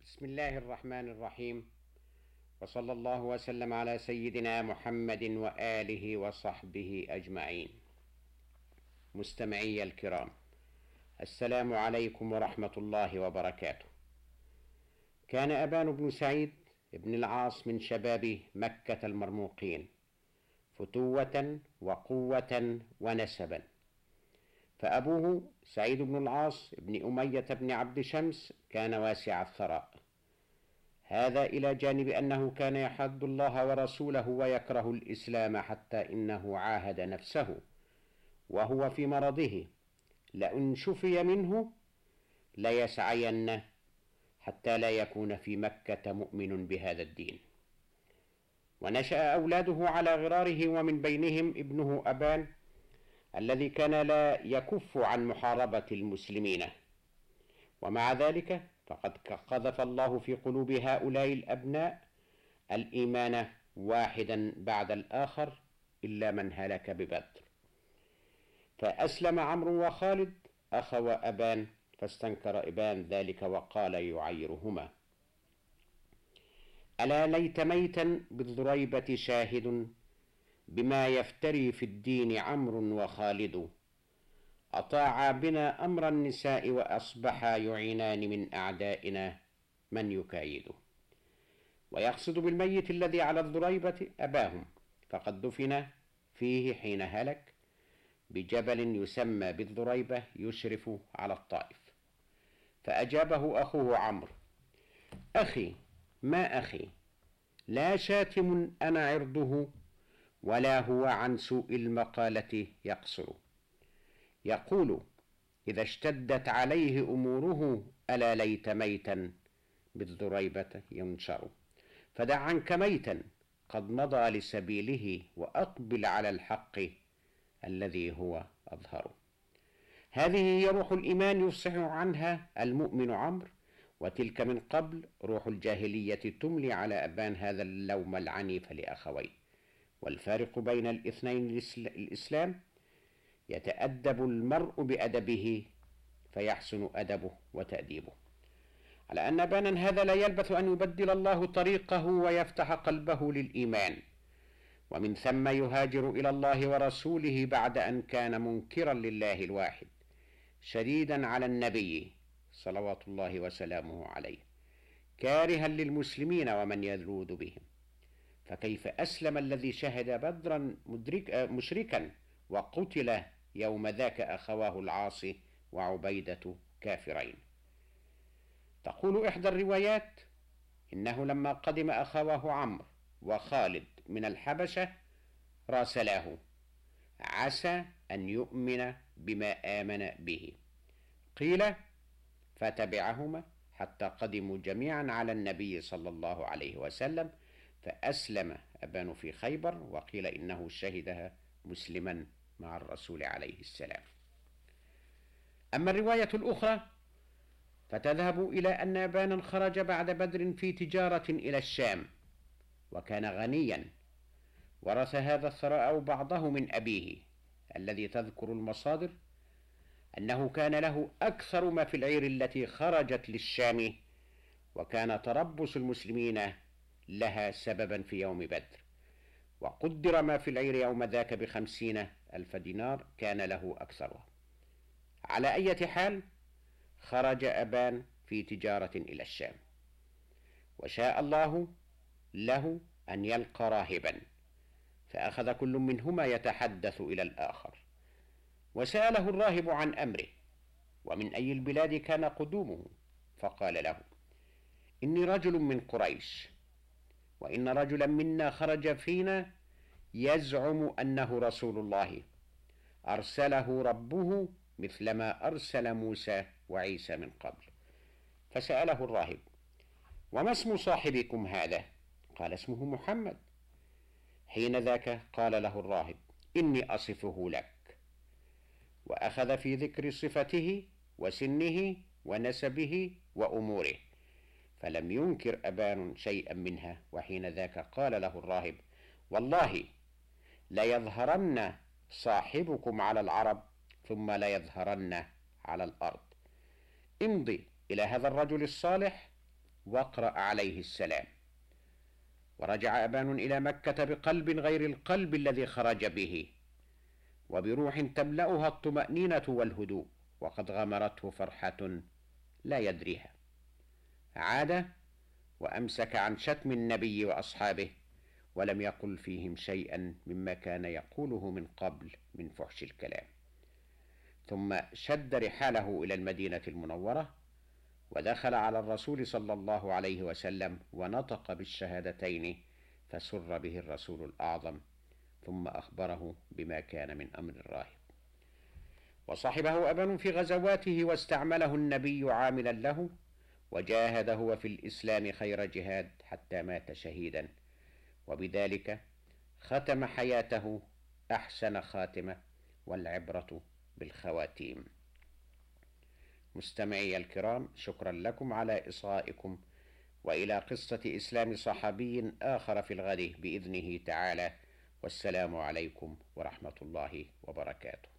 بسم الله الرحمن الرحيم، وصلى الله وسلم على سيدنا محمد وآله وصحبه أجمعين. مستمعي الكرام، السلام عليكم ورحمة الله وبركاته. كان أبان بن سعيد بن العاص من شباب مكة المرموقين فتوة وقوة ونسبا، فأبوه سعيد بن العاص بن أمية بن عبد شمس كان واسع الثراء، هذا إلى جانب أنه كان يحد الله ورسوله ويكره الإسلام، حتى إنه عاهد نفسه وهو في مرضه لئن شفي منه ليسعين حتى لا يكون في مكة مؤمن بهذا الدين. ونشأ أولاده على غراره، ومن بينهم ابنه أبان الذي كان لا يكف عن محاربة المسلمين، ومع ذلك فقد قذف الله في قلوب هؤلاء الأبناء الإيمان واحدا بعد الآخر إلا من هلك ببدر. فأسلم عمرو وخالد أخوا أبان، فاستنكر أبان ذلك وقال يعيرهما: ألا ليت ميتا بالضريبة شاهد بما يفتري في الدين عمرو وخالد، أطاعا بنا أمر النساء وأصبحا يعينان من أعدائنا من يكايده. ويقصد بالميت الذي على الضريبة أباهم، فقد دفن فيه حين هلك بجبل يسمى بالضريبة يشرف على الطائف. فأجابه أخوه عمرو: أخي ما أخي، لا شاتم أنا عرضه، ولا هو عن سوء المقالة يقصر. يقول إذا اشتدت عليه أموره: ألا ليت ميتا بالضريبة ينشر. فدع عنك ميتا قد مضى لسبيله، وأقبل على الحق الذي هو أظهر. هذه هي روح الإيمان يفصح عنها المؤمن عمرو، وتلك من قبل روح الجاهلية تملي على أبان هذا اللوم العنيف لأخويه. والفارق بين الاثنين الإسلام. يتأدب المرء بأدبه فيحسن أدبه وتأديبه، على أن أبانا هذا لا يلبث أن يبدل الله طريقه ويفتح قلبه للإيمان، ومن ثم يهاجر إلى الله ورسوله بعد أن كان منكرا لله الواحد، شديدا على النبي صلوات الله وسلامه عليه، كارها للمسلمين ومن يذود بهم. فكيف أسلم الذي شهد بدرا مشركا وقتل يوم ذاك أخواه العاص وعبيدة كافرين؟ تقول إحدى الروايات إنه لما قدم أخواه عمرو وخالد من الحبشة راسلاه عسى أن يؤمن بما آمن به. قيل فتبعهما حتى قدموا جميعا على النبي صلى الله عليه وسلم، فأسلم أبان في خيبر، وقيل إنه شهدها مسلما مع الرسول عليه السلام. أما الرواية الأخرى فتذهب إلى أن أبانا خرج بعد بدر في تجارة إلى الشام، وكان غنيا، ورث هذا الثراء بعضه من أبيه، الذي تذكر المصادر أنه كان له أكثر ما في العير التي خرجت للشام، وكان تربص المسلمين لها سببا في يوم بدر، وقدر ما في العير يوم ذاك ب50,000 دينار، كان له أكثرها. على أي حال خرج أبان في تجارة إلى الشام، وشاء الله له أن يلقى راهبا، فأخذ كل منهما يتحدث إلى الآخر، وسأله الراهب عن أمره ومن أي البلاد كان قدومه، فقال له: إني رجل من قريش، وإن رجلا منا خرج فينا يزعم أنه رسول الله أرسله ربه مثلما أرسل موسى وعيسى من قبل. فسأله الراهب: وما اسم صاحبكم هذا؟ قال: اسمه محمد. حين ذاك قال له الراهب: إني أصفه لك. وأخذ في ذكر صفته وسنه ونسبه وأموره، فلم ينكر أبان شيئا منها. وحين ذاك قال له الراهب: والله ليظهرن صاحبكم على العرب ثم ليظهرن على الأرض. امضي إلى هذا الرجل الصالح واقرأ عليه السلام. ورجع أبان إلى مكة بقلب غير القلب الذي خرج به، وبروح تملأها الطمأنينة والهدوء، وقد غمرته فرحة لا يدريها. عاد وأمسك عن شتم النبي وأصحابه، ولم يقل فيهم شيئا مما كان يقوله من قبل من فحش الكلام. ثم شد رحاله إلى المدينة المنورة، ودخل على الرسول صلى الله عليه وسلم ونطق بالشهادتين، فسر به الرسول الأعظم، ثم أخبره بما كان من أمر الراهب. وصحبه أبن في غزواته، واستعمله النبي عاملا له، وجاهد هو في الإسلام خير جهاد حتى مات شهيدا، وبذلك ختم حياته أحسن خاتمة، والعبرة بالخواتيم. مستمعي الكرام، شكرا لكم على إصغائكم، وإلى قصة إسلام صحابي آخر في الغد بإذنه تعالى، والسلام عليكم ورحمة الله وبركاته.